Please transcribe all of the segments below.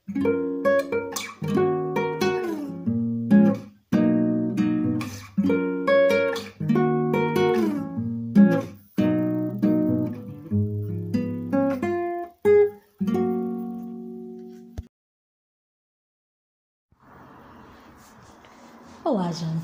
Olá, João.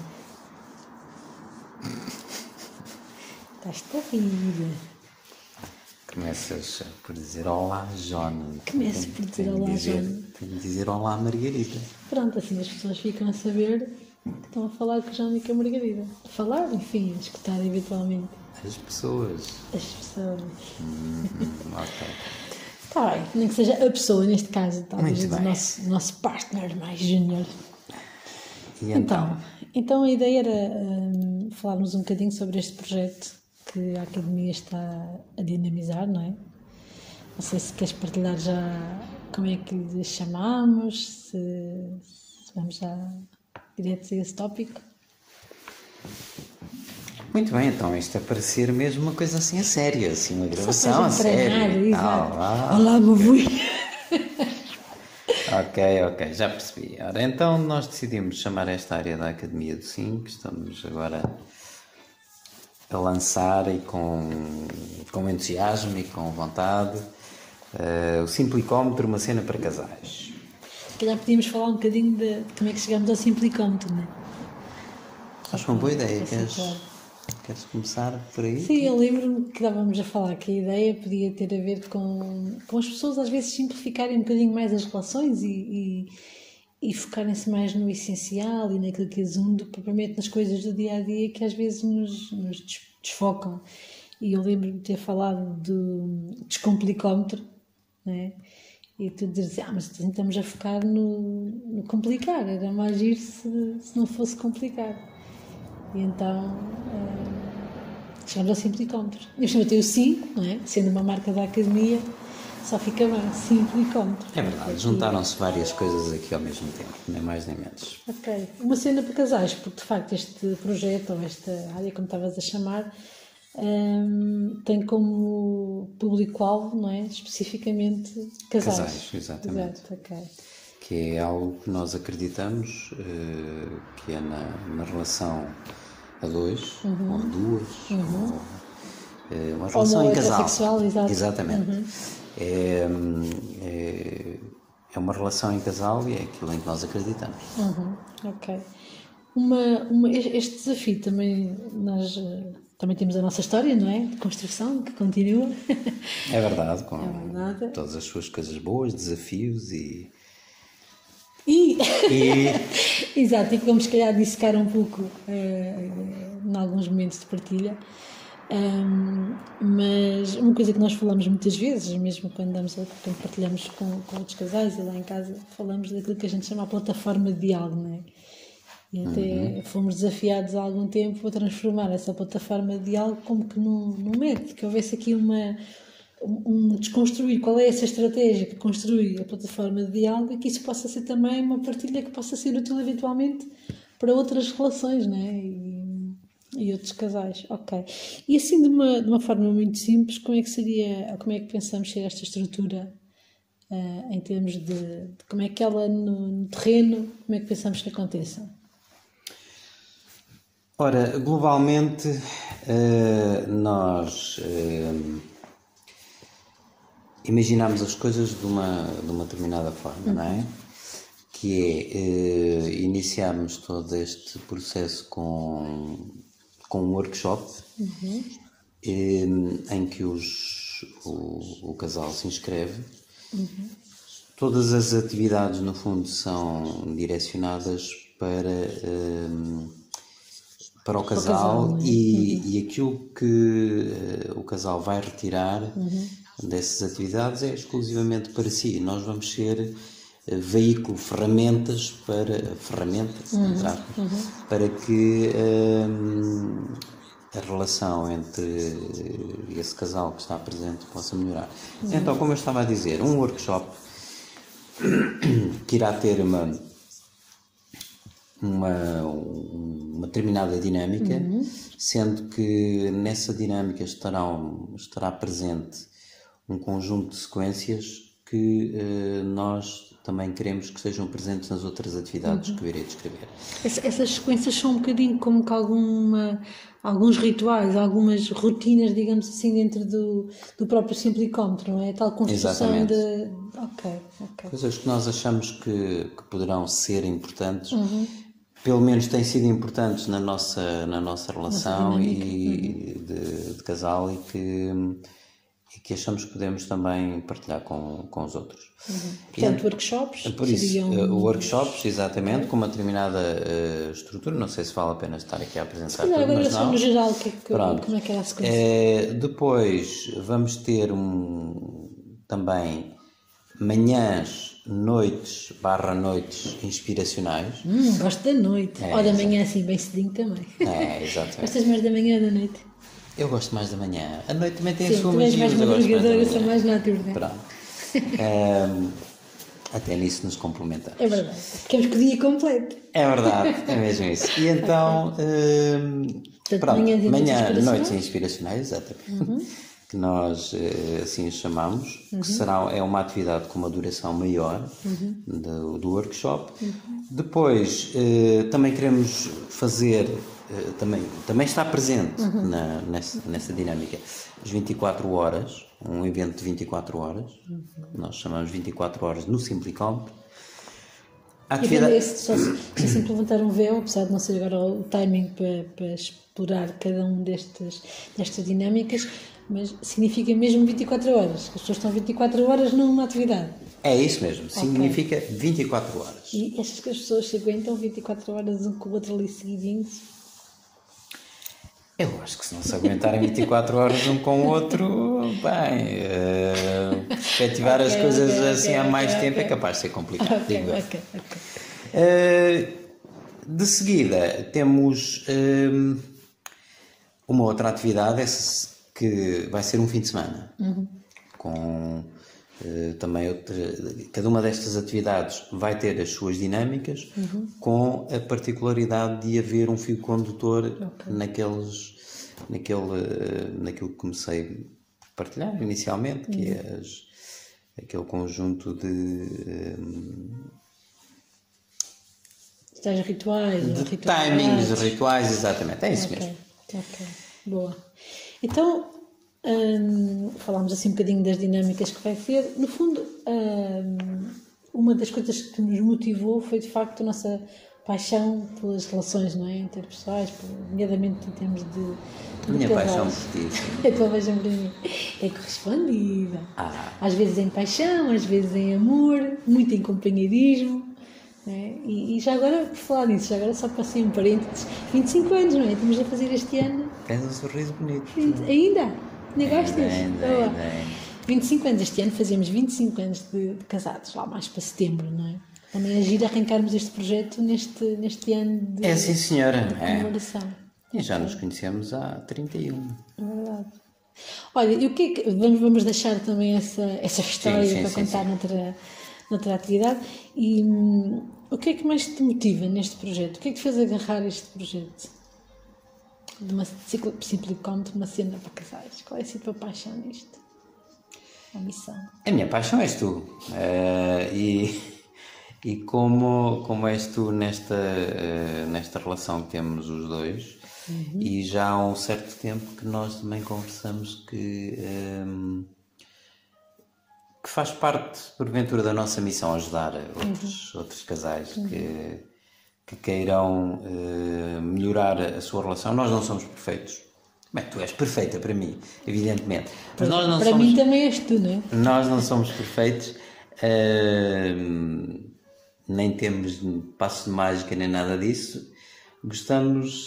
Estás-te a rir. Começas por dizer olá, John. Começo por dizer olá, John. Tenho de dizer olá, Margarida. Pronto, assim as pessoas ficam a saber que estão a falar com o João e com a Margarida. A falar, enfim, a escutar eventualmente. As pessoas. As pessoas. Ok. Está bem, nem que seja a pessoa, neste caso, talvez Muito o bem. nosso partner mais júnior. E Então a ideia era falarmos um bocadinho sobre este projeto que a Academia está a dinamizar, não é? Não sei se queres partilhar já como é que lhe chamamos, se vamos já direto a esse tópico. Muito bem, então isto é para ser mesmo uma coisa assim a séria, assim, uma gravação Só a para treinar, sério. exato. Ah, Olá, Mavui. ok, já percebi. Ora, então nós decidimos chamar esta área da Academia do Sim, que estamos agora a lançar e com entusiasmo e com vontade, o Simplicómetro, uma cena para casais. Se calhar podíamos falar um bocadinho de como é que chegamos ao simplicómetro, não é? Acho uma boa ideia. Assim, claro. Queres começar por aí? Sim, eu lembro-me que estávamos a falar que a ideia podia ter a ver com as pessoas às vezes simplificarem um bocadinho mais as relações e focarem-se mais no essencial e naquilo que as une, propriamente nas coisas do dia a dia que às vezes nos desfocam. E eu lembro-me de ter falado do descomplicómetro, não é? E tu dizes, mas estamos a focar no complicar, era mais giro se não fosse complicado. E então chegamos ao simplicómetro. E por cima tem o Sim, não é? Sendo uma marca da Academia, só fica bem, simplicómetro. É verdade, juntaram-se várias coisas aqui ao mesmo tempo, nem mais nem menos. Ok, uma cena para casais, porque de facto este projeto, ou esta área, como estavas a chamar, tem como público-alvo, não é? Especificamente casais. Casais, exatamente. Exato, ok. Que é algo que nós acreditamos, que é na relação a dois, ou a duas, ou, uma relação em casal. Heterossexual, exato. Exatamente. É uma relação em casal e é aquilo em que nós acreditamos. Ok. Este desafio também, nós também temos a nossa história, não é? De construção, que continua. É verdade, com verdade. todas as suas coisas boas, desafios e Exato, e que vamos se calhar dissecar um pouco em alguns momentos de partilha. Mas uma coisa que nós falamos muitas vezes, mesmo quando partilhamos com outros casais e lá em casa, falamos daquilo que a gente chama a plataforma de diálogo, não é? E até fomos desafiados há algum tempo a transformar essa plataforma de diálogo como que num método, que houvesse aqui desconstruir qual é essa estratégia que construi a plataforma de diálogo e que isso possa ser também uma partilha que possa ser útil eventualmente para outras relações, não é? E outros casais, ok. E assim de uma forma muito simples, como é que pensamos ser esta estrutura em termos de como é que ela no terreno, como é que pensamos que aconteça? Ora, globalmente nós imaginamos as coisas de uma determinada forma, não é? Que é iniciarmos todo este processo com um workshop em que o casal se inscreve. Todas as atividades, no fundo, são direcionadas para o casal, e aquilo que o casal vai retirar dessas atividades é exclusivamente para si. Nós vamos ser veículo, ferramentas para que a relação entre esse casal que está presente possa melhorar. Então, como eu estava a dizer, um workshop que irá ter uma determinada dinâmica, sendo que nessa dinâmica estará presente um conjunto de sequências que nós também queremos que sejam presentes nas outras atividades que eu irei descrever. Essas sequências são um bocadinho como que alguns rituais, algumas rotinas, digamos assim, dentro do próprio Simplicómetro, não é? Tal construção Exatamente. de... Ok. Coisas que nós achamos que poderão ser importantes, pelo menos têm sido importantes na nossa relação e de casal, e que achamos que podemos também partilhar com os outros. Portanto, workshops Por isso, seriam... workshops, exatamente, com uma determinada estrutura. Não sei se vale a pena estar aqui a apresentar tudo, Agora, mas só não. no geral, Pronto. como é que era a sequência? Depois vamos ter também manhãs, noites inspiracionais. Gosto da noite. Ou da manhã, assim, bem cedinho também. Exatamente. Gostas mais da manhã ou da noite? Eu gosto mais da manhã. A noite também tem a Sim, sua tu és magia, mais mas eu gosto mais da madrugadora, eu manhã. sou mais noturna. Pronto. Até nisso nos complementamos. É verdade. Ficamos com o dia completo. É verdade, é mesmo isso. E então, pronto, noites inspiracionais, exatamente, que nós assim as chamamos, que é uma atividade com uma duração maior do workshop. Depois, também queremos fazer, também está presente nessa dinâmica, as 24 horas, um evento de 24 horas, nós chamamos 24 horas no Simplicómetro. E só sempre levantar um véu, apesar de não ser agora o timing para explorar cada um destas dinâmicas, mas significa mesmo 24 horas, que as pessoas estão 24 horas numa atividade. É isso mesmo, significa 24 horas. E achas que as pessoas se aguentam 24 horas um com o outro ali seguidinhos? Eu acho que se não se aguentarem 24 horas um com o outro, bem, perspectivar as coisas assim há mais tempo é capaz de ser complicado, digo eu. De seguida, temos uma outra atividade que vai ser um fim de semana, com também cada uma destas atividades vai ter as suas dinâmicas, com a particularidade de haver um fio condutor naquilo que comecei a partilhar inicialmente, que é aquele conjunto de tais rituais, timings, rituais, exatamente, é isso mesmo. Ok, boa. Então, falámos assim um bocadinho das dinâmicas que vai ter. No fundo, uma das coisas que nos motivou foi de facto a nossa paixão pelas relações, não é? Interpessoais, nomeadamente em termos de minha paixão casais. por ti. A tua paixão por mim é correspondida. Às vezes em paixão, às vezes em amor, muito em companheirismo. É? E já agora, por falar nisso, já agora só passei um parênteses, 25 anos, não é? Estamos a fazer este ano. Tens um sorriso bonito. Ainda? Nem gostas? Ainda. 25 anos, este ano fazemos 25 anos de casados, lá mais para setembro, não é? Também é giro arrancarmos este projeto neste ano de, sim, senhora. De comemoração. E já nos conhecemos há 31. É verdade. Olha, e o que é que... Vamos deixar também essa história para contar noutra atividade. E o que é que mais te motiva neste projeto? O que é que te fez agarrar este projeto? De uma Simplicómetro, uma cena para casais. Qual é a tua paixão nisto? A missão. A minha paixão és tu. E como és tu nesta relação que temos os dois, e já há um certo tempo que nós também conversamos que faz parte, porventura, da nossa missão ajudar outros casais que queiram melhorar a sua relação. Nós não somos perfeitos. Bem, tu és perfeita para mim, evidentemente. Mas nós não para mim também és tu, não é? Nós não somos perfeitos, nem temos passo de mágica nem nada disso. Gostamos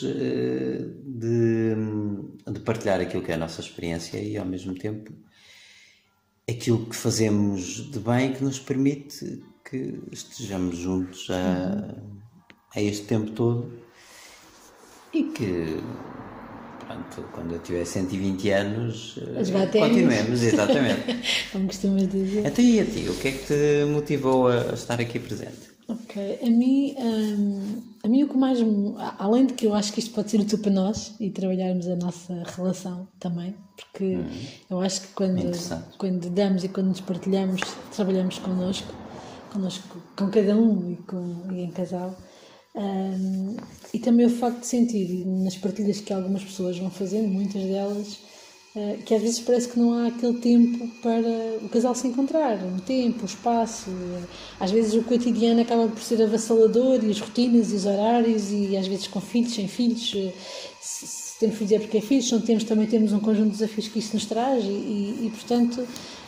de partilhar aquilo que é a nossa experiência e, ao mesmo tempo, aquilo que fazemos de bem, que nos permite que estejamos juntos a este tempo todo e que pronto, quando eu tiver 120 anos, continuemos, exatamente. Como costumas dizer. Então, e a ti, o que é que te motivou a estar aqui presente? Ok, a mim o que mais além de que eu acho que isto pode ser útil para nós e trabalharmos a nossa relação também, porque eu acho que quando damos e quando nos partilhamos, trabalhamos connosco com cada um e em casal, e também o facto de sentir nas partilhas que algumas pessoas vão fazendo, muitas delas, que às vezes parece que não há aquele tempo para o casal se encontrar, um tempo, um espaço. Às vezes o cotidiano acaba por ser avassalador, e as rotinas e os horários, e às vezes com filhos, sem filhos, se temos filhos é porque é filhos, se não temos, também temos um conjunto de desafios que isso nos traz, e portanto,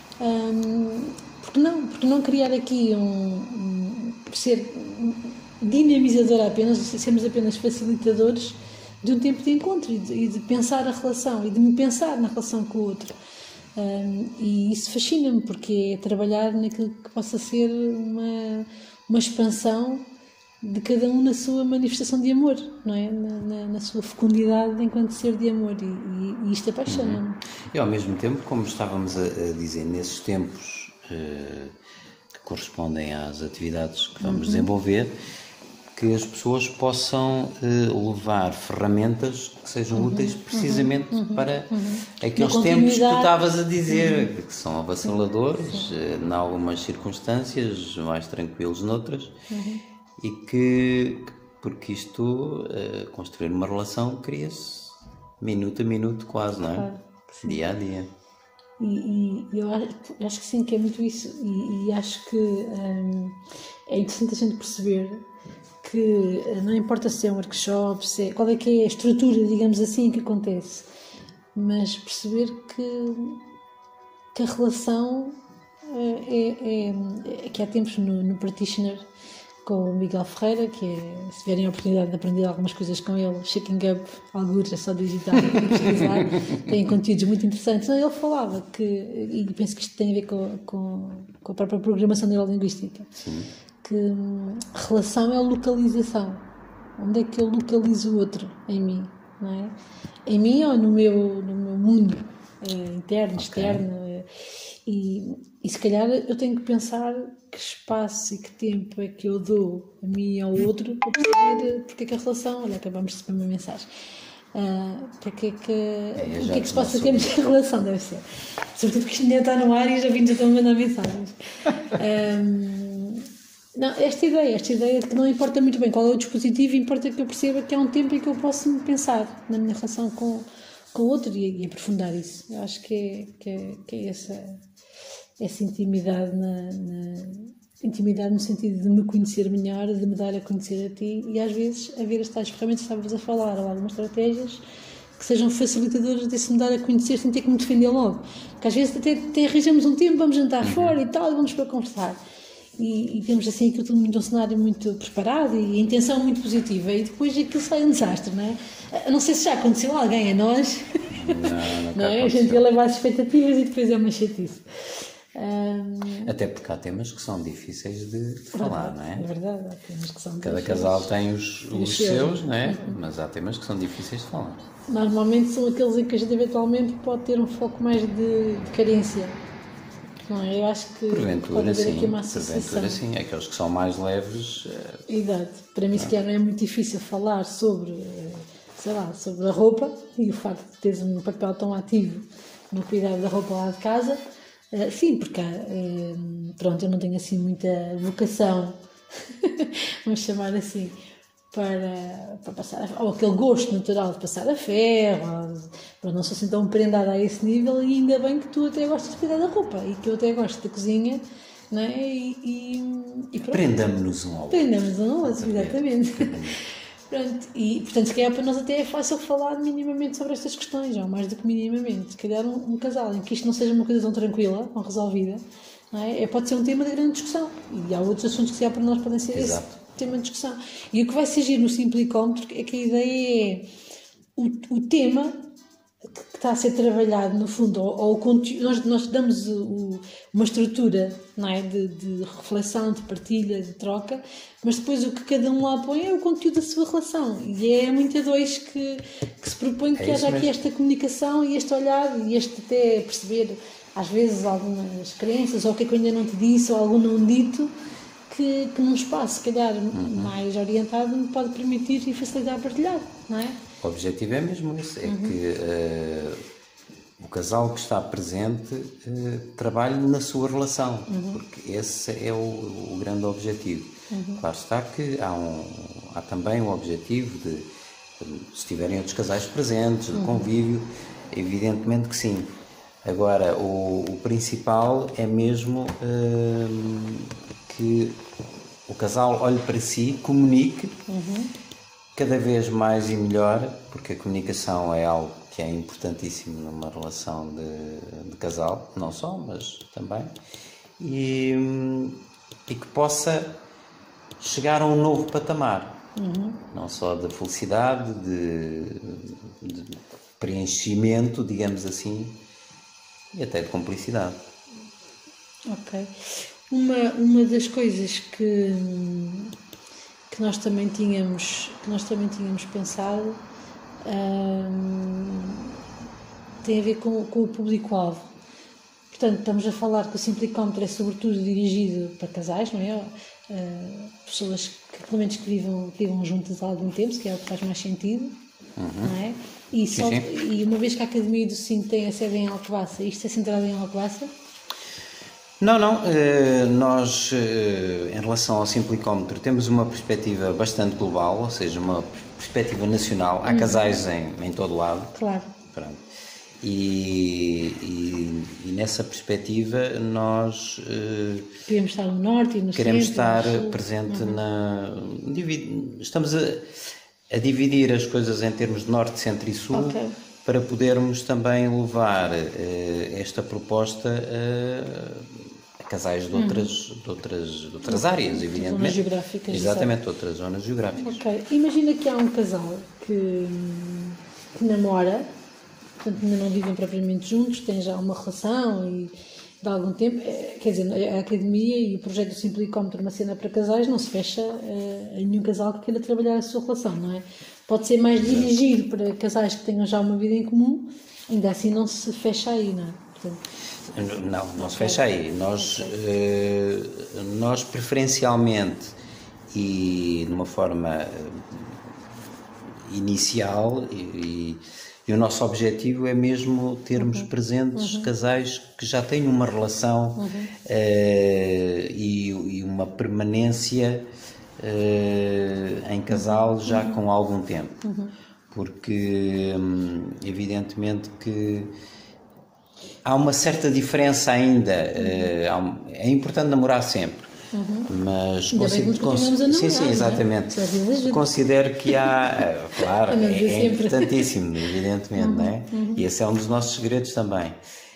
porque não criar aqui ser dinamizador apenas, sermos apenas facilitadores de um tempo de encontro e de pensar a relação e de me pensar na relação com o outro. E isso fascina-me, porque é trabalhar naquilo que possa ser uma expansão de cada um na sua manifestação de amor, não é? Na sua fecundidade enquanto ser de amor, e isto apaixona-me. E ao mesmo tempo, como estávamos a dizer, nesses tempos que correspondem às atividades que vamos desenvolver, que as pessoas possam levar ferramentas que sejam úteis precisamente para aqueles tempos que tu estavas a dizer, que são avassaladores em algumas circunstâncias, mais tranquilos noutras, e porque isto, construir uma relação, cria-se minuto a minuto quase, não é? Claro, dia a dia. E eu acho que sim, que é muito isso, e acho que é interessante a gente perceber que não importa se é um workshop, qual é que é a estrutura, digamos assim, que acontece, mas perceber que a relação que há tempos no Practitioner com o Miguel Ferreira, que se tiverem a oportunidade de aprender algumas coisas com ele, Shaking Up, alguns é só digitar e pesquisar, tem conteúdos muito interessantes. Ele falava que, e penso que isto tem a ver com a própria programação neurolinguística, que relação é localização. Onde é que eu localizo o outro em mim, não é? Em mim ou no meu mundo interno, externo, e se calhar eu tenho que pensar que espaço e que tempo é que eu dou a mim e ao outro para perceber porque é que a relação, olha, acabamos de receber uma mensagem, o que é que se passa ter a relação, deve ser, sobretudo porque isto ainda está no ar e já vimos, estão a mandar mensagens. Não, esta ideia de que não importa muito bem qual é o dispositivo, importa que eu perceba que há um tempo em que eu posso me pensar na minha relação com o outro e aprofundar isso. Eu acho que é essa intimidade, intimidade no sentido de me conhecer melhor, de me dar a conhecer a ti, e às vezes haver as tais ferramentas que estavas a falar, ou algumas estratégias que sejam facilitadoras desse me dar a conhecer sem ter que me defender logo. Porque às vezes até arranjamos um tempo, vamos jantar fora e tal, e vamos para conversar. E temos assim aquilo tudo muito, um cenário muito preparado e a intenção muito positiva, e depois aquilo sai um desastre, não é? Não sei se já aconteceu a alguém, a nós, não é? A gente leva as expectativas e depois é uma chatice. Até porque há temas que são difíceis de falar, não é? É verdade, há temas que são Cada casal tem os seus, não é? Mas há temas que são difíceis de falar. Normalmente são aqueles em que a gente eventualmente pode ter um foco mais de carência. Não é? Eu acho que pode haver aqui uma associação. Porventura sim, aqueles que são mais leves. Exato. Para mim, se calhar, não é muito difícil falar sobre, sobre a roupa e o facto de teres um papel tão ativo no cuidado da roupa lá de casa. Sim, porque pronto, eu não tenho assim muita vocação, vamos chamar assim, para passar ou aquele gosto natural de passar a ferro, não sou assim tão prendada a esse nível, e ainda bem que tu até gostas de cuidar da roupa e que eu até gosto da cozinha, não é? E pronto. Prendamos-nos um ao outro. Prendamos-nos um ao outro, exatamente. Pronto, e portanto, se calhar para nós até é fácil falar minimamente sobre estas questões, ou mais do que minimamente. Se calhar um casal em que isto não seja uma coisa tão tranquila, tão resolvida, não é? Pode ser um tema de grande discussão, e há outros assuntos que se calhar para nós podem ser esse tema de discussão. E o que vai surgir no Simplicómetro é que a ideia é o tema que está a ser trabalhado, no fundo, ou o conteúdo, nós damos uma estrutura, não é? De reflexão, de partilha, de troca, mas depois o que cada um lá põe é o conteúdo da sua relação. E é muito a dois que se propõe que haja aqui esta comunicação e este olhar e este até perceber, às vezes, algumas crenças, ou o que é que eu ainda não te disse, ou algo não dito, que num espaço, se calhar, mais orientado, me pode permitir e facilitar a partilhar, não é? O objetivo é mesmo esse, é que o casal que está presente trabalhe na sua relação, porque esse é o grande objetivo. Claro está que há também o objetivo de, se tiverem outros casais presentes, de convívio, evidentemente que sim. Agora, o principal é mesmo que o casal olhe para si, comunique cada vez mais e melhor, porque a comunicação é algo que é importantíssimo numa relação de casal, não só, mas também, e que possa chegar a um novo patamar, não só de felicidade, de preenchimento, digamos assim, e até de cumplicidade. Ok. Uma das coisas que nós também tínhamos pensado tem a ver com o público-alvo. Portanto, estamos a falar que o Simplicómetro é sobretudo dirigido para casais, não é? Pessoas que, pelo menos, que vivam juntas há algum tempo, que é o que faz mais sentido, não é? E uma vez que a Academia do Sim tem a sede em Alcobaça, isto é centrado em Alcobaça? Não, nós, em relação ao Simplicómetro, temos uma perspectiva bastante global, ou seja, uma perspectiva nacional. Há casais em todo lado. Claro. Pronto. E nessa perspectiva nós queremos estar no norte e no queremos centro, estar no sul. presente estamos a dividir as coisas em termos de norte, centro e sul, para podermos também levar esta proposta a casais de outras áreas, evidentemente. Zonas geográficas. Exatamente, de outras zonas geográficas. Ok. Imagina que há um casal que namora, portanto ainda não vivem propriamente juntos, têm já uma relação e de algum tempo, quer dizer, a Academia e o projeto do Simplicómetro, uma cena para casais, não se fecha a nenhum casal que queira trabalhar a sua relação, não é? Pode ser mais dirigido para casais que tenham já uma vida em comum, ainda assim não se fecha aí, não é? Portanto, não se fecha aí. Nós preferencialmente e de uma forma inicial e o nosso objetivo é mesmo termos presentes casais que já têm uma relação e uma permanência em casal já com algum tempo, porque evidentemente que há uma certa diferença ainda. É importante namorar sempre, mas sim, exatamente. Considero que há, claro, é importantíssimo, evidentemente, não é? E esse é um dos nossos segredos também.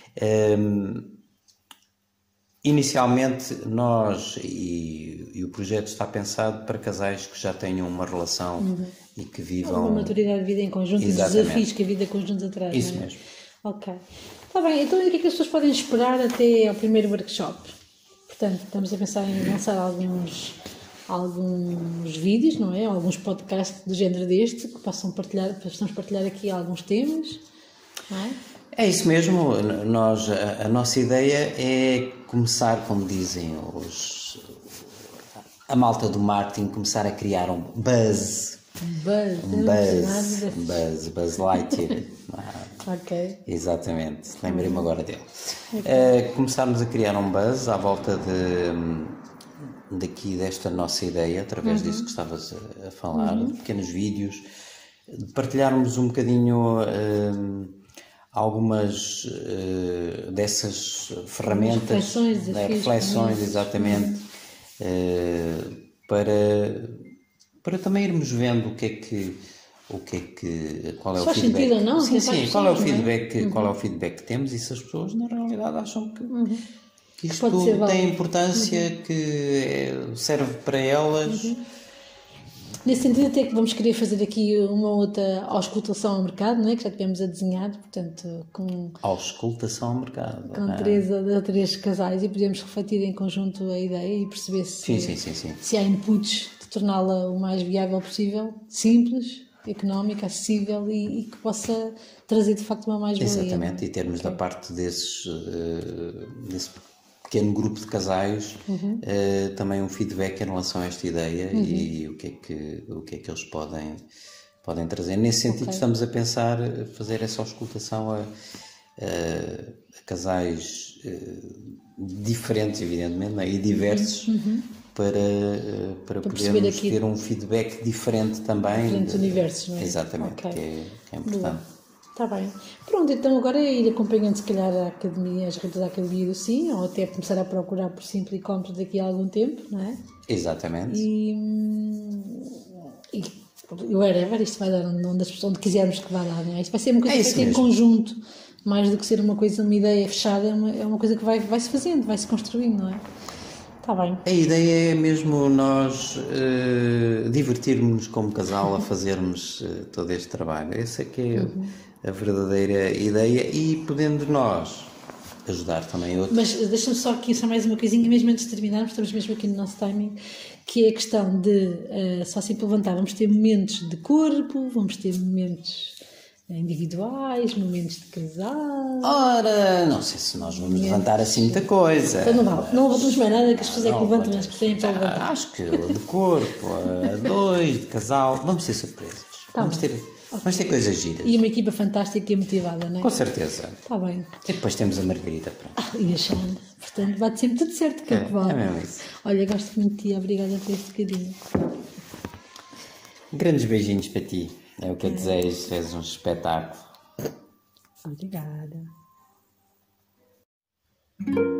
Inicialmente nós e o projeto está pensado para casais que já tenham uma relação e que vivam uma maturidade de vida em conjunto. Exatamente. E desafios que a vida conjunta traz. Isso não é? Mesmo. Ok. Está bem, então o que é que as pessoas podem esperar até ao primeiro workshop? Portanto, estamos a pensar em lançar alguns vídeos, não é? Alguns podcasts do género deste, que possamos partilhar aqui alguns temas, não é? É isso mesmo. A nossa ideia é começar, como dizem a malta do marketing, começar a criar um buzz. Buzz Lightyear. Ok. Exatamente, lembrei-me agora dele. Começarmos a criar um buzz à volta desta nossa ideia, através disso que estavas a falar, de pequenos vídeos, de partilharmos um bocadinho algumas dessas ferramentas, reflexões exatamente, para também irmos vendo qual é o feedback. Sentido ou não? Sim, qual é o feedback, qual é o feedback que temos, e se as pessoas na realidade acham que isto tem importância, que serve para elas, Nesse sentido, até que vamos querer fazer aqui uma outra auscultação ao mercado, não é? Que já tivemos a desenhar, portanto, com Auscultação ao mercado. com três casais, e podemos refletir em conjunto a ideia e perceber se há inputs de torná-la o mais viável possível, simples, económica, acessível e que possa trazer de facto uma mais-valia. Exatamente, e termos da parte desse pequeno grupo de casais também um feedback em relação a esta ideia e o que é que eles podem trazer. Nesse sentido, estamos a pensar fazer essa auscultação a casais diferentes, evidentemente, e diversos, para podermos ter um feedback diferente também. Diferentes universos, não é? Exatamente, que é importante. Está bem. Pronto, então agora é ir acompanhando se calhar a academia, as redes da Academia do Sim, ou até começar a procurar por Simplicom daqui a algum tempo, não é? Exatamente. E wherever, isto vai dar onde quisermos que vá dar, não é? Isto vai ser uma coisa feita em conjunto, mais do que ser uma ideia fechada, é uma coisa que vai-se fazendo, vai-se construindo, não é? Está bem. A ideia é mesmo nós divertirmos-nos como casal a fazermos todo este trabalho. Essa é que é a verdadeira ideia, e podendo nós ajudar também outros. Mas deixa-me só aqui só mais uma coisinha, mesmo antes de terminarmos, estamos mesmo aqui no nosso timing, que é a questão de só sempre levantar. Vamos ter momentos de corpo, vamos ter momentos individuais, momentos de casal. Ora, não sei se nós vamos levantar assim muita coisa. Então não levantamos mais nada, que as pessoas é que levantam, mas que têm para levantar. Acho que de corpo, a dois, de casal, vamos ter surpresas. Vamos ter coisas giras. E uma equipa fantástica e motivada, não é? Com certeza. Está bem. E depois temos a Margarida, pronto. E a Xanda. Portanto, bate sempre tudo certo, que é que vale. É mesmo isso. Olha, gosto muito de ti, obrigada por este bocadinho. Grandes beijinhos para ti. É o que eu desejo, és um espetáculo. Obrigada.